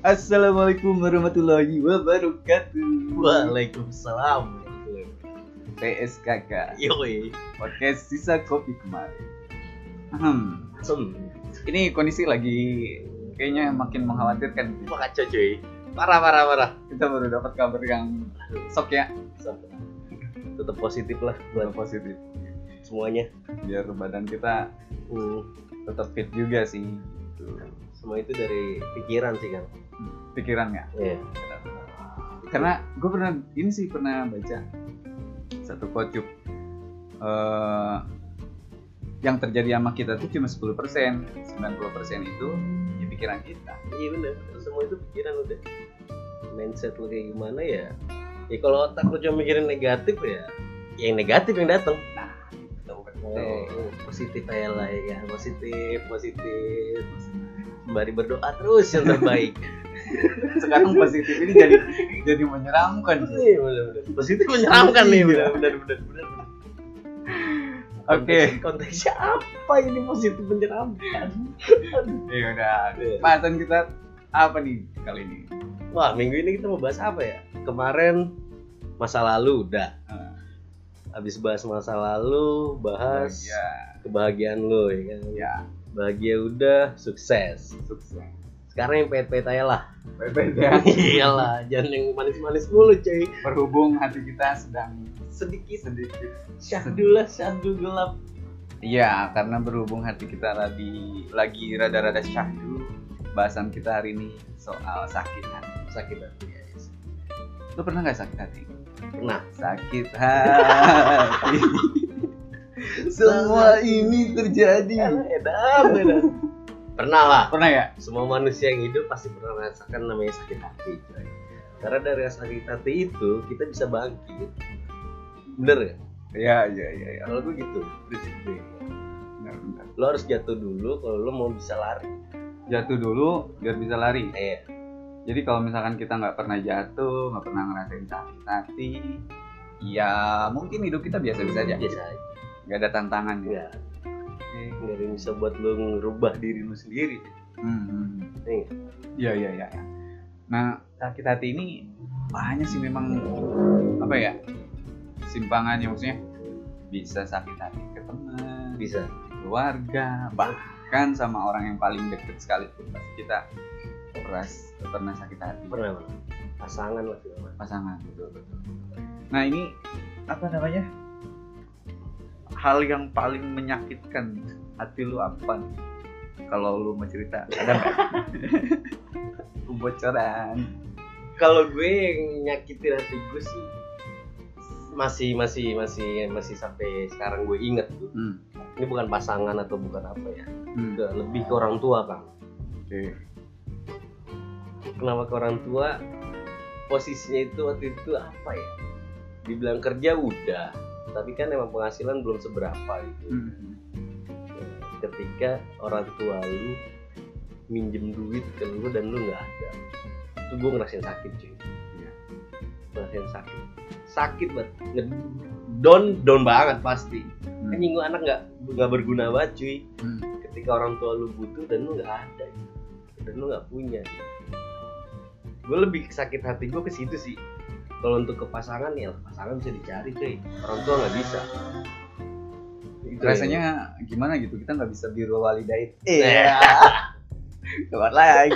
Assalamualaikum warahmatullahi wabarakatuh. Waalaikumsalam. PSKK Yoi. podcast sisa kopi kemarin. Ini kondisi lagi kayaknya makin mengkhawatirkan. Wah, kacau cuy. Parah. Kita baru dapat kabar yang shock ya. Tetap positif lah Buat buat positif. semuanya. Biar badan kita tetap fit juga sih. Gitu. Semua itu dari pikiran sih kan. Pikiran nggak? Iya. Karena gue pernah baca satu quote yang terjadi sama kita tuh cuma 10%, 90% itu ya pikiran kita. Iya benar. Semua itu pikiran udah. Mindset lu kayak gimana ya? Ya kalau otak lu cuma mikirin negatif ya yang negatif yang datang. Nah, itu betul. Positif aja lah ya kan. Positif. Sembari berdoa terus yang terbaik. Sekarang positif ini jadi menyeramkan. Iya benar. Positif menyeramkan nih benar. Oke. Konteksnya apa ini positif menyeramkan? Ya udah. Bahasan kita apa nih kali ini? Wah, minggu ini kita mau bahas apa ya? Kemarin masa lalu udah. Habis bahas masa lalu, bahas kebahagiaan lo ya kan. Ya, Bahagia udah, sukses. Sekarang yang pahit-pahit aja lah. ya. Iyalah, jangan yang manis-manis mulu cuy. Berhubung hati kita sedang Sedikit sedih. syahdu gelap. Iya, karena berhubung hati kita lagi rada-rada syahdu. Bahasan kita hari ini soal sakit hati. Sakit hati ya. Lo pernah nggak sakit hati? Nah, Sakit hati. Semua ini terjadi. edan. Pernah lah. Pernah ya? Semua manusia yang hidup pasti pernah merasakan namanya sakit hati, coy. Karena dari sakit hati itu kita bisa bangkit. Bener ya? Iya. Kalau gue gitu, prinsip gue. Benar. Lo harus jatuh dulu kalau lo mau bisa lari. Jatuh dulu biar bisa lari. Iya. Jadi kalau misalkan kita nggak pernah jatuh, nggak pernah ngerasain sakit hati, ya mungkin hidup kita biasa-biasa aja. Biasa aja. Nggak ada tantangan ya. Nggak ada yang bisa buat lo ngerubah diri lo sendiri. Iya. Nah, sakit hati ini banyak sih memang apa ya? Simpangannya, maksudnya bisa sakit hati ke teman, Bisa. keluarga, bahkan sama orang yang paling dekat sekalipun pasti kita pernah sakit hati. Pernah. Pasangan lah sih. Pasangan, betul. Nah, ini apa namanya? Hal yang paling menyakitkan hati lu apa nih? Kalau lu mau cerita, ada nggak? Bocoran. Kalau gue yang nyakitin hati gue sih masih sampai sekarang gue inget tuh. Ini bukan pasangan atau bukan apa ya. Udah lebih ke orang tua kan. Oke. Kenapa ke orang tua? Posisinya itu waktu itu apa ya? Dibilang kerja udah, tapi kan emang penghasilan belum seberapa gitu. Ketika orang tua lu minjem duit ke lu dan lu nggak ada, itu gue ngerasain sakit cuy. Ngerasain sakit banget, down banget pasti. Anjing gue anak nggak berguna banget cuy. Ketika orang tua lu butuh dan lu nggak ada gitu. Dan lu nggak punya gitu. Gue lebih sakit hati gue ke situ sih. Kalau untuk ke pasangan ya pasangan bisa dicari cuy, orang tua nggak bisa. Gitu Rasanya gimana gitu, kita nggak bisa biru walidain. Keluar lagi.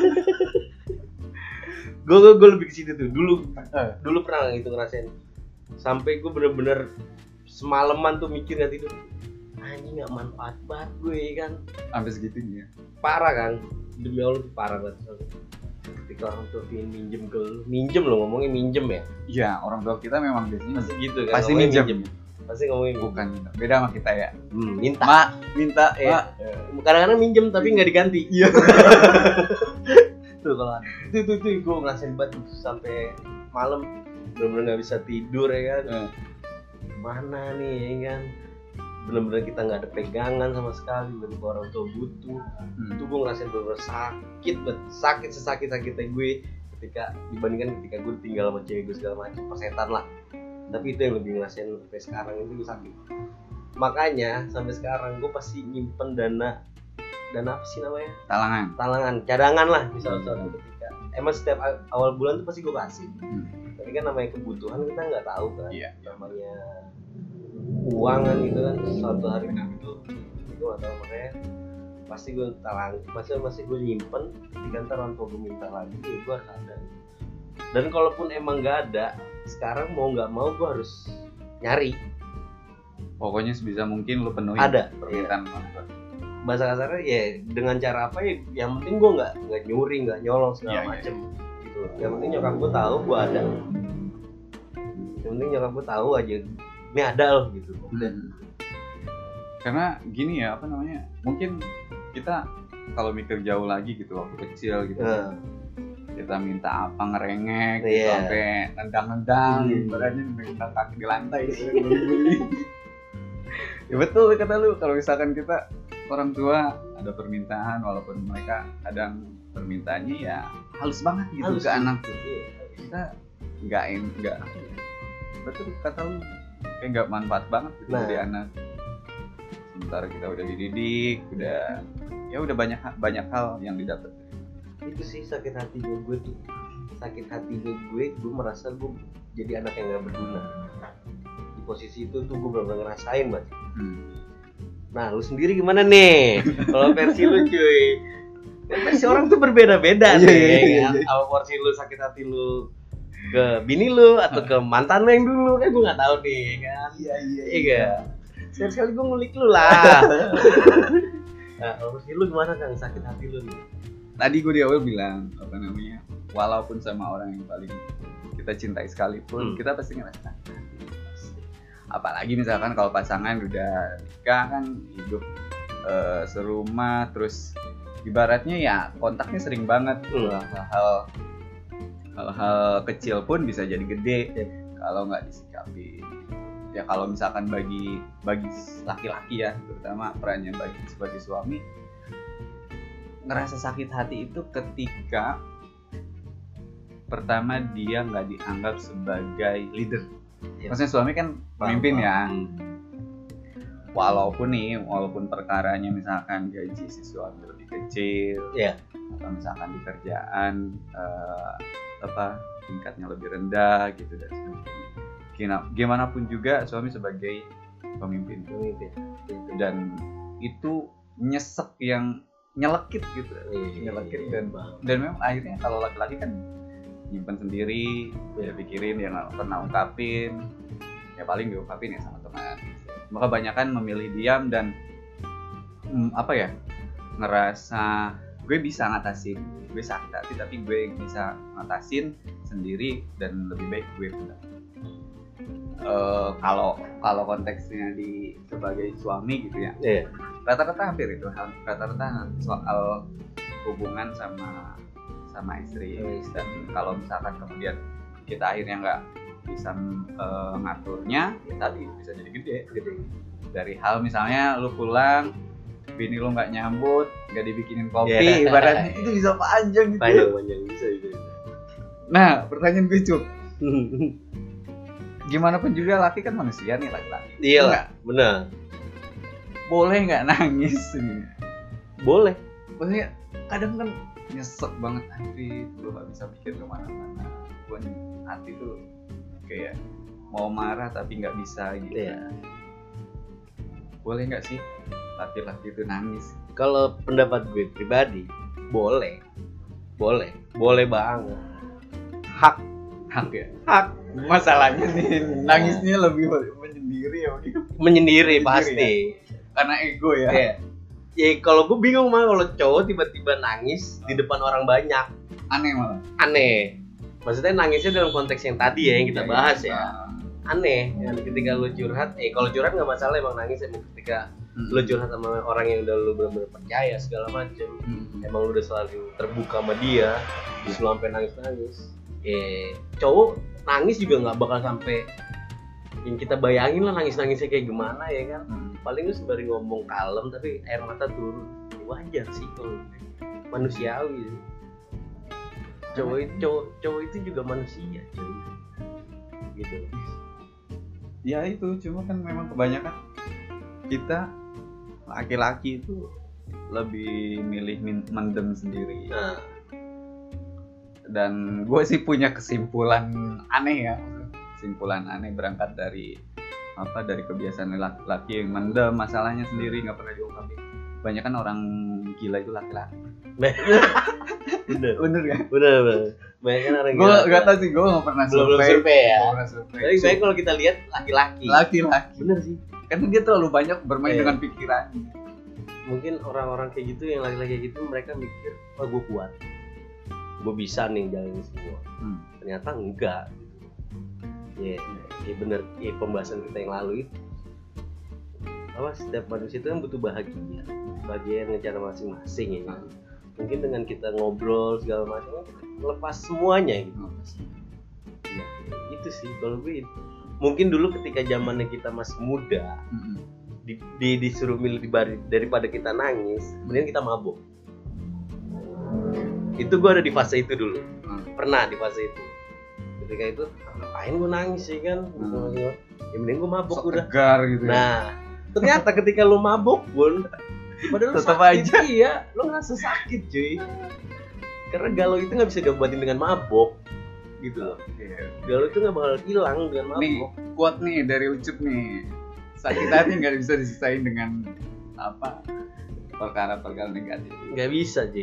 Gue lebih ke situ tuh. Dulu pernah gitu ngerasain. Sampai gue bener-bener semalaman tuh mikir nggak tidur. Anjing nggak manfaat banget gue kan. Sampai segitunya. Parah kan. Demi Allah tuh parah banget. Ketika orang tua ingin minjem lo ngomongnya minjem ya. Iya, orang tua kita memang biasanya Pasti gitu kan. pasti minjem. Pasti ngomongin Bukan beda sama kita ya. Minta ya. Kadang-kadang minjem tapi nggak diganti. Iya. Tuh kalau itu gue ngerasain banget sampai malam benar-benar nggak bisa tidur ya kan. Mana nih ya kan. Benar-benar kita nggak ada pegangan sama sekali dari orang tua butuh. Itu gue ngerasain benar-benar sakit sesakit-sakitnya gue ketika dibandingkan ketika gue tinggal sama cewek gue segala macam persetan lah. Tapi itu yang lebih ngerasain sampai sekarang itu gue sakit. Makanya sampai sekarang gue pasti nyimpen dana apa sih namanya? Talangan, Cadangan lah misalnya suatu ketika emang setiap awal bulan tuh pasti gue kasih. Tapi kan namanya kebutuhan kita nggak tahu kan. Iya. Namanya uang kan gitu kan, suatu hari itu gue nggak tahu, makanya pasti gue talang, masih gue nyimpen di kantor orang tua gue minta lagi, ya gue harus ada. Dan kalaupun emang nggak ada, sekarang mau nggak mau gue harus nyari. Pokoknya sebisa mungkin lu penuhi Ada permintaan ya. Bahasa kasarnya ya dengan cara apa ya, yang penting gue nggak nyuri, nggak nyolong segala macem gitu. Yang penting nyokap gue tahu gue ada, yang penting nyokap gue tahu aja ini ada loh gitu. Karena gini ya, apa namanya, mungkin kita kalau mikir jauh lagi gitu waktu kecil gitu, kita minta apa ngerengek gitu, sampai nendang-nendang, ibaratnya nendang kaki di lantai gitu. Ya betul kata lu, kalau misalkan kita orang tua ada permintaan, walaupun mereka kadang permintaannya ya halus banget gitu halus ke anak tuh, kita nggak betul kata lu, kayak nggak manfaat banget gitu dari anak. Sementara kita udah dididik, udah banyak hal yang didapat. Itu sih sakit hatinya gue tuh, gue merasa gue jadi anak yang nggak berguna. Di posisi itu tuh gue benar-benar ngerasain banget. Nah, lu sendiri gimana nih? Kalau versi lu cuy, versi orang tuh berbeda-beda nih. Kalau versi lu sakit hati lu ke bini lu atau ke mantan lu yang dulu, kan gue nggak tahu nih kan. Iya. Sekali gue ngulik lu lah. Nah, kalau versi lu gimana Kang, sakit hati lu nih? Tadi gue di awal bilang apa namanya, walaupun sama orang yang paling kita cintai sekalipun, kita pasti ngerasa. Apalagi misalkan kalau pasangan udah nikah kan, hidup serumah, terus ibaratnya ya kontaknya sering banget, hal-hal kecil pun bisa jadi gede kalau nggak disikapi. Ya kalau misalkan bagi laki-laki ya, terutama perannya sebagai suami, ngerasa sakit hati itu ketika pertama dia nggak dianggap sebagai leader. Maksudnya suami kan pemimpin ya. Walaupun perkaranya misalkan gaji si suami lebih kecil, atau misalkan di kerjaan tingkatnya lebih rendah gitu dan sebagainya. Gimana pun juga suami sebagai pemimpin. Dan itu nyelekit gitu. Nyelekit dan memang akhirnya kalau laki-laki kan nyimpen sendiri, ya pikirin, ya nggak pernah ungkapin, ya paling diungkapin ya sama teman. Maka kebanyakan memilih diam dan ngerasa gue bisa ngatasin, gue sakit hati tapi gue bisa ngatasin sendiri dan lebih baik gue pulang. Kalau konteksnya di sebagai suami gitu ya, rata-rata hampir itu, rata-rata soal hubungan sama istri. Dan kalau misalkan kemudian kita akhirnya nggak bisa ngaturnya, ya tadi bisa jadi gede. Dari hal misalnya lu pulang, bini lu nggak nyambut, nggak dibikinin kopi, ibaratnya itu bisa panjang gitu. Panjang bisa itu. Nah, pertanyaan gue Cuk, gimana pun juga laki kan manusia nih, laki-laki. Iya lah, benar. Boleh nggak nangis? Boleh. Maksudnya kadang kan nyesek banget hati, lu gak bisa mikir kemana-mana. Gue hati tuh kayak mau marah tapi gak bisa gitu. Boleh gak sih laki-laki itu nangis? Kalau pendapat gue pribadi, boleh banget. Hak ya. Hak. Masalahnya nih nangisnya lebih menyendiri ya begitu. Menyendiri pasti. Ya? Karena ego ya. Ya kalau gue bingung mah kalau cowok tiba-tiba nangis di depan orang banyak. Aneh. Maksudnya nangisnya dalam konteks yang tadi ya yang kita bahas ya. Aneh. Ketika lu curhat, kalau curhat nggak masalah, emang nangis emang ketika lu curhat sama orang yang udah lu benar-benar percaya segala macem. Emang lu udah selalu terbuka sama dia, terus lu sampai nangis. Cowok nangis juga nggak bakal sampai yang kita bayangin lah nangisnya kayak gimana ya kan. Paling lu sembari ngomong kalem tapi air mata turun, wajar sih kalau manusiawi. Cowok itu juga manusia cuy, gitu. Ya itu, cuma kan memang kebanyakan kita laki-laki itu lebih milih mendem sendiri. Dan gue sih punya kesimpulan aneh berangkat dari kebiasaan laki-laki yang mendem masalahnya sendiri, nggak pernah diungkapin. Banyak kan orang gila itu laki-laki. Bener kan? Bener. Banyak kan orang gila. Gue nggak tahu sih, gue nggak pernah survei ya. Tapi baik kalau kita lihat laki-laki. Bener sih. Karena dia terlalu banyak bermain dengan pikiran. Mungkin orang-orang kayak gitu, yang laki-laki kayak gitu, mereka mikir, gue kuat, gue bisa nih jalanin semua. Ternyata enggak. Ya bener. Pembahasan kita yang lalu itu, setiap manusia itu kan butuh bahagia yang ngejar masing-masing ya. Mungkin dengan kita ngobrol segala macam, kita lepas semuanya gitu. Ya, itu sih kalau gue. Mungkin dulu ketika zamannya kita masih muda, disuruh milih daripada kita nangis, mending kita mabuk. Itu gue ada di fase itu dulu. Pernah di fase itu. Ketika itu, ngapain gue nangis sih kan? Ya mending gue mabuk udah. Tegar gitu. Nah, ternyata ketika lu mabuk pun, padahal tetap sakit, aja. Iya, lu ngerasa sakit cuy. Karena galau itu nggak bisa diobatin dengan mabuk, gitu loh. Galau itu nggak bakal hilang dengan mabuk. Nih, kuat nih dari Ucup nih. Sakit hati nggak bisa disisain dengan perkara-perkara negatif. Nggak bisa, Ji.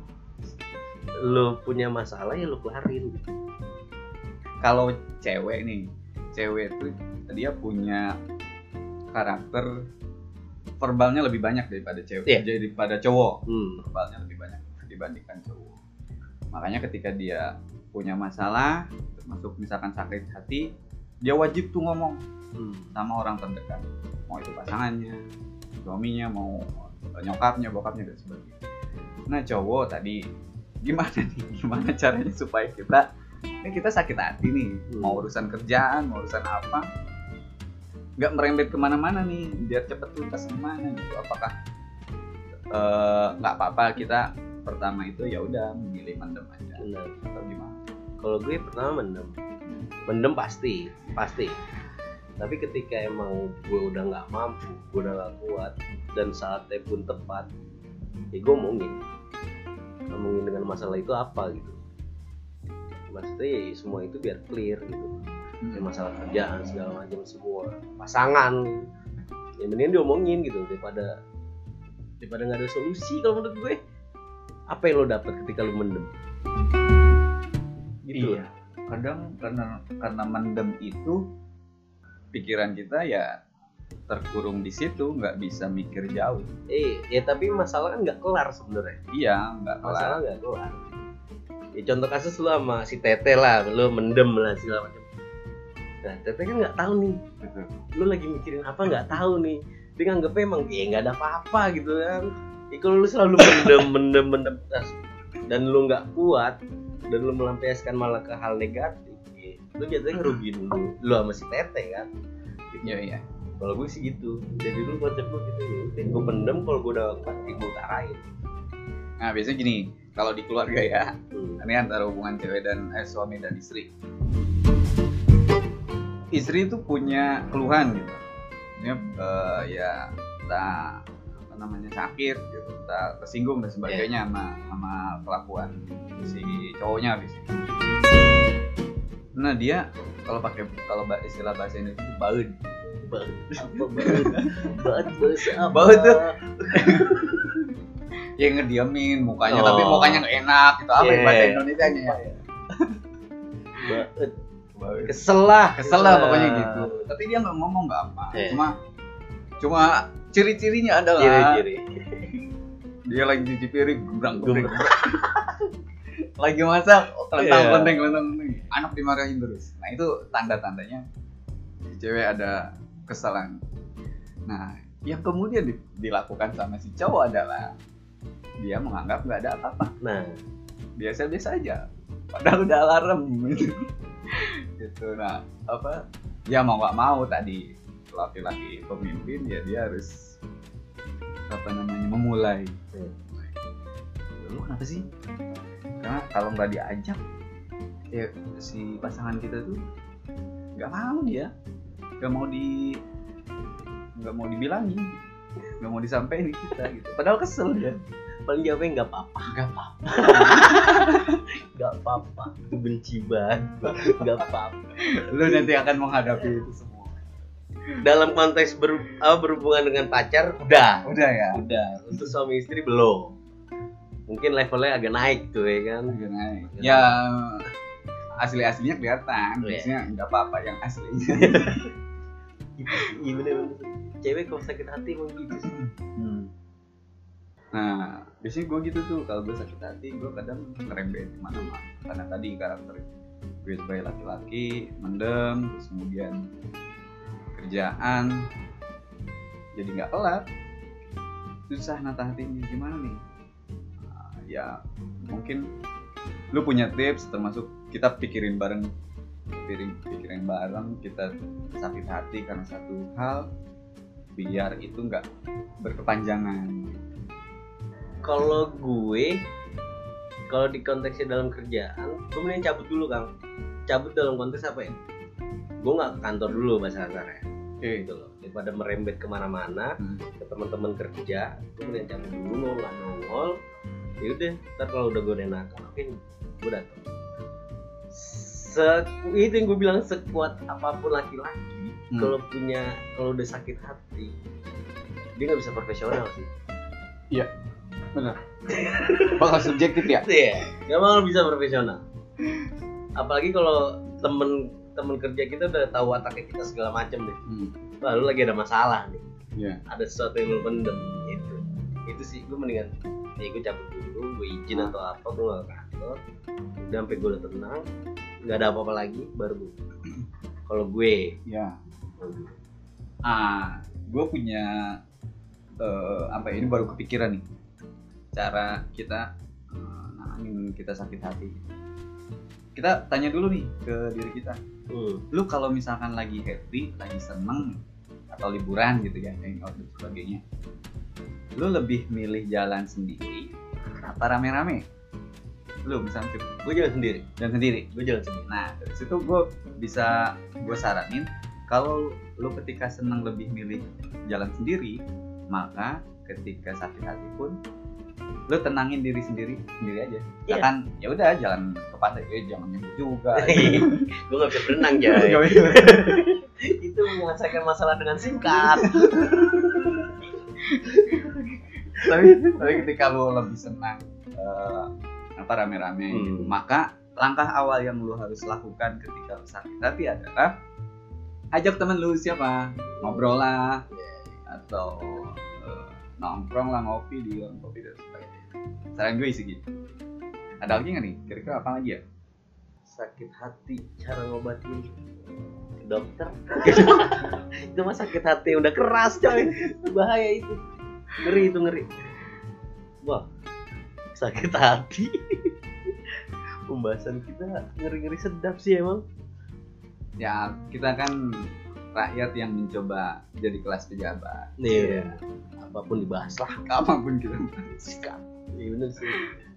Lu punya masalah ya lu kelarin. Kalau cewek itu dia punya karakter verbalnya lebih banyak daripada daripada cowok. Verbalnya lebih banyak dibandingkan cowok. Makanya ketika dia punya masalah, termasuk misalkan sakit hati, dia wajib tuh ngomong sama orang terdekat, mau itu pasangannya, suaminya, mau nyokapnya, bokapnya dan sebagainya. Nah cowok tadi gimana caranya supaya kita sakit hati nih, mau urusan kerjaan, mau urusan apa, nggak merembet kemana-mana nih, biar cepet tuntas gimana gitu. Apakah nggak apa-apa kita pertama itu ya udah memilih mendem aja? Benar. Atau gimana? Kalau gue pertama mendem pasti. Tapi ketika emang gue udah nggak mampu, gue udah nggak kuat, dan saatnya pun tepat, ya gue ngomongin dengan masalah itu apa gitu. Maksudnya ya semua itu biar clear gitu. Ya masalah kerjaan segala macam semua, pasangan, ya mending diomongin gitu daripada nggak ada solusi. Kalau menurut gue, apa yang lo dapat ketika lo mendem? Gitu. Iya. Kadang karena mendem itu pikiran kita ya terkurung di situ, nggak bisa mikir jauh. Ya tapi masalah kan nggak kelar sebenarnya. Iya, nggak kelar. Masalah nggak kelar. Ya contoh kasus lo sama si Tete lah, lo mendem lah segala macam. Nah Tete kan nggak tahu nih, lo lagi mikirin apa nggak tahu nih. Dia nganggepnya emang nggak ada apa-apa gitu kan. Ya kalau lo selalu mendem dan lo nggak kuat dan lo melampiaskan malah ke hal negatif, ya, lo biasanya ngerugiin lo sama si Tete kan. Iya. Kalau gue sih gitu. Jadi dulu konsep gue gitu ya. Gue pendem, kalau gue udah kuat, gue utarain. Nah biasanya gini, kalau di keluarga ya, ini antara hubungan cewek dan suami dan istri. Istri itu punya keluhan gitu. Dia entah sakit gitu, entah tersinggung dan sebagainya sama kelakuan si cowoknya biasanya. Nah dia kalau istilah bahasa Indonesia itu baud. Baud tuh ya ngediamin mukanya, tapi mukanya nggak enak gitu. Apa bahasa Indonesianya ya? Baud. Kesel lah pokoknya gitu. Tapi dia nggak ngomong nggak apa. Cuma ciri-cirinya adalah dia lagi cuci piring gebrang. Lagi masak kelentang, anak dimarahin terus. Nah itu tanda-tandanya si cewek ada kesalahan. Nah yang kemudian dilakukan sama si cowok adalah dia menganggap nggak ada apa-apa. Nah biasa-biasa aja, padahal udah alarm gitu. Nah ya mau nggak mau tadi laki-laki pemimpin ya dia harus memulai. Lu kenapa sih? Karena kalau nggak diajak ya si pasangan kita tuh nggak mau, dia nggak mau dibilangin, nggak mau disampaikan kita gitu. Padahal kesel dia. paling jawabnya nggak apa-apa. Nggak apa-apa. Itu benci banget. Nggak apa-apa. Lu nanti akan menghadapi itu semua. Dalam konteks berhubungan dengan pacar udah ya. Udah. Untuk suami istri belum. Mungkin levelnya agak naik tuh ya kan. Agak naik. Ya aslinya kelihatan. Biasanya nggak apa-apa yang aslinya. Iya bener. Cewek kalau sakit hati emang gitu sih. Nah, biasanya gue gitu tuh, kalau gue sakit hati gue kadang ngerembet kemana-mana. Karena tadi karakter gue sebagai laki-laki mendem, terus kemudian kerjaan jadi nggak kelar, susah nata hatinya. Gimana nih? Nah, ya mungkin lu punya tips, termasuk kita pikirin bareng, kita sakit hati karena satu hal, biar itu nggak berkepanjangan. Kalau di konteksnya dalam kerjaan, gue mending cabut dulu Kang. Cabut dalam konteks apa ya? Gue nggak ke kantor dulu bahasa kasarnya. Gitu loh. Daripada merembet kemana-mana ke teman-teman kerja, gue mending cabut dulu, nggak nongol. Yaudah, ntar kalau udah gue enakan, oke, gue datang. Itu yang gue bilang, sekuat apapun laki-laki, kalau udah sakit hati, dia nggak bisa profesional sih. Iya. Benar. Bakal subjektif ya? Iya. Gak bakal bisa profesional. Apalagi kalau temen kerja kita udah tahu wataknya kita segala macam deh. Wah, lu lagi ada masalah nih. Iya. Ada sesuatu yang lu pendem gitu. Itu sih gue mendingan gue cabut dulu, gue izin atau apa, gue gak ke kantor. Udah sampai gue udah tenang, gak ada apa-apa lagi, baru gue. Kalau gue ya. Gue punya ini baru kepikiran nih. Cara kita nanganin kita sakit hati. Kita tanya dulu nih ke diri kita. Lu kalau misalkan lagi happy, lagi seneng atau liburan gitu ya, hangout dan sebagainya, lu lebih milih jalan sendiri apa rame-rame? Lu misalnya gue jalan sendiri. Gue jalan sendiri. Nah, dari situ gue saranin kalau lu ketika seneng lebih milih jalan sendiri, maka ketika sakit hati pun lu tenangin diri sendiri aja. Kan ya udah jalan ke pantai, jangan nyebut juga. Gue nggak bisa berenang Jay. Itu menyelesaikan masalah dengan singkat. tapi ketika lu lebih senang rame-rame gitu, maka langkah awal yang lu harus lakukan ketika lu sakit hati adalah ajak temen lu, siapa, ngobrol lah, atau nongkrong lah, ngopi di warung kopi dan sebagainya. Saran gue sih gitu. Ada lagi nggak nih? Kira-kira apa lagi ya? Sakit hati, cara ngobatin ke dokter. Itu mah sakit hati udah keras coy. Bahaya itu. Ngeri. Wah, sakit hati. Pembahasan kita ngeri-ngeri sedap sih emang. Ya, kita kan rakyat yang mencoba jadi kelas pejabat. Iya. Apapun dibahas lah. Apapun kita bahas. Iya bener sih.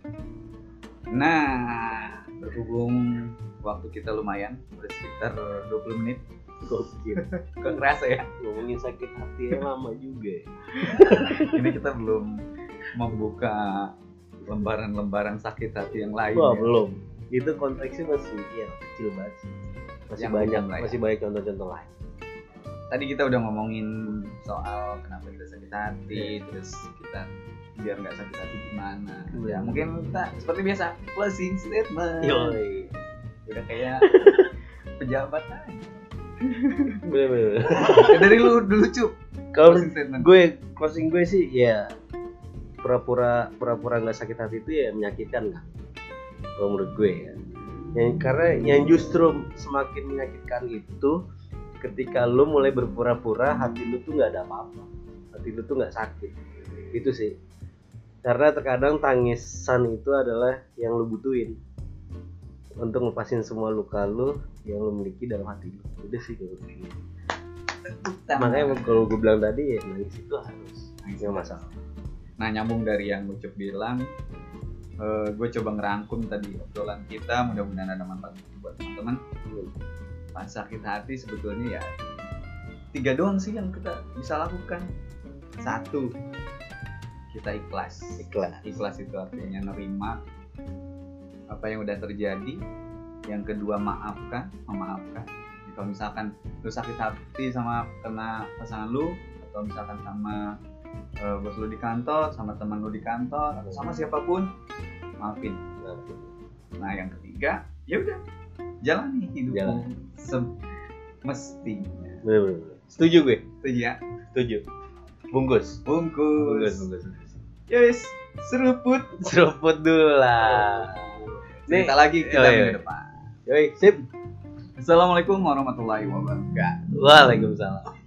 Nah, berhubung waktu kita lumayan, udah sekitar 20 menit. Gokil. Kok kerasa ya? Ngomongin sakit hati lama juga. Ini kita belum membuka lembaran-lembaran sakit hati yang lain. Wah, ya? Belum. Itu konteksnya masih kecil banget sih. Masih banyak contoh-contoh lain. Tadi kita udah ngomongin soal kenapa kita sakit hati, terus kita biar nggak sakit hati gimana. Ya mungkin kita seperti biasa closing statement. Yoi. Udah kayak pejabat aja. Bener. Dari lu dulu Cup. Kalau closing gue sih ya pura-pura nggak sakit hati itu ya menyakitkan kan. Kalau menurut gue ya. Karena yang justru semakin menyakitkan itu ketika lu mulai berpura-pura hati lu tuh nggak ada apa-apa, hati lu tuh nggak sakit. Itu sih. Karena terkadang tangisan itu adalah yang lu butuhin untuk ngepasin semua luka lu yang lu miliki dalam hati lu. Udah sih kalau gitu. Makanya kalau gue bilang tadi ya nangis itu harus, nggak masalah. Nah, nyambung dari yang Ucup bilang, gue coba ngerangkum tadi obrolan kita, mudah-mudahan ada manfaat buat teman-teman. Pas sakit hati sebetulnya ya 3 doang sih yang kita bisa lakukan. 1, kita ikhlas. Ikhlas itu artinya nerima apa yang udah terjadi. Yang kedua memaafkan. Kalau misalkan lu sakit hati sama kena pasangan lu, atau misalkan sama bos lu di kantor, sama teman lu di kantor, atau sama siapapun, maafin. Nah yang ketiga, ya udah jalani hidupmu semestinya. Bener. Setuju gue. Setuju ya? Setuju. Bungkus. Yes, seruput dulu lah. Cerita lagi kita minggu depan. Yoi, sip. Assalamualaikum warahmatullahi wabarakatuh. Waalaikumsalam.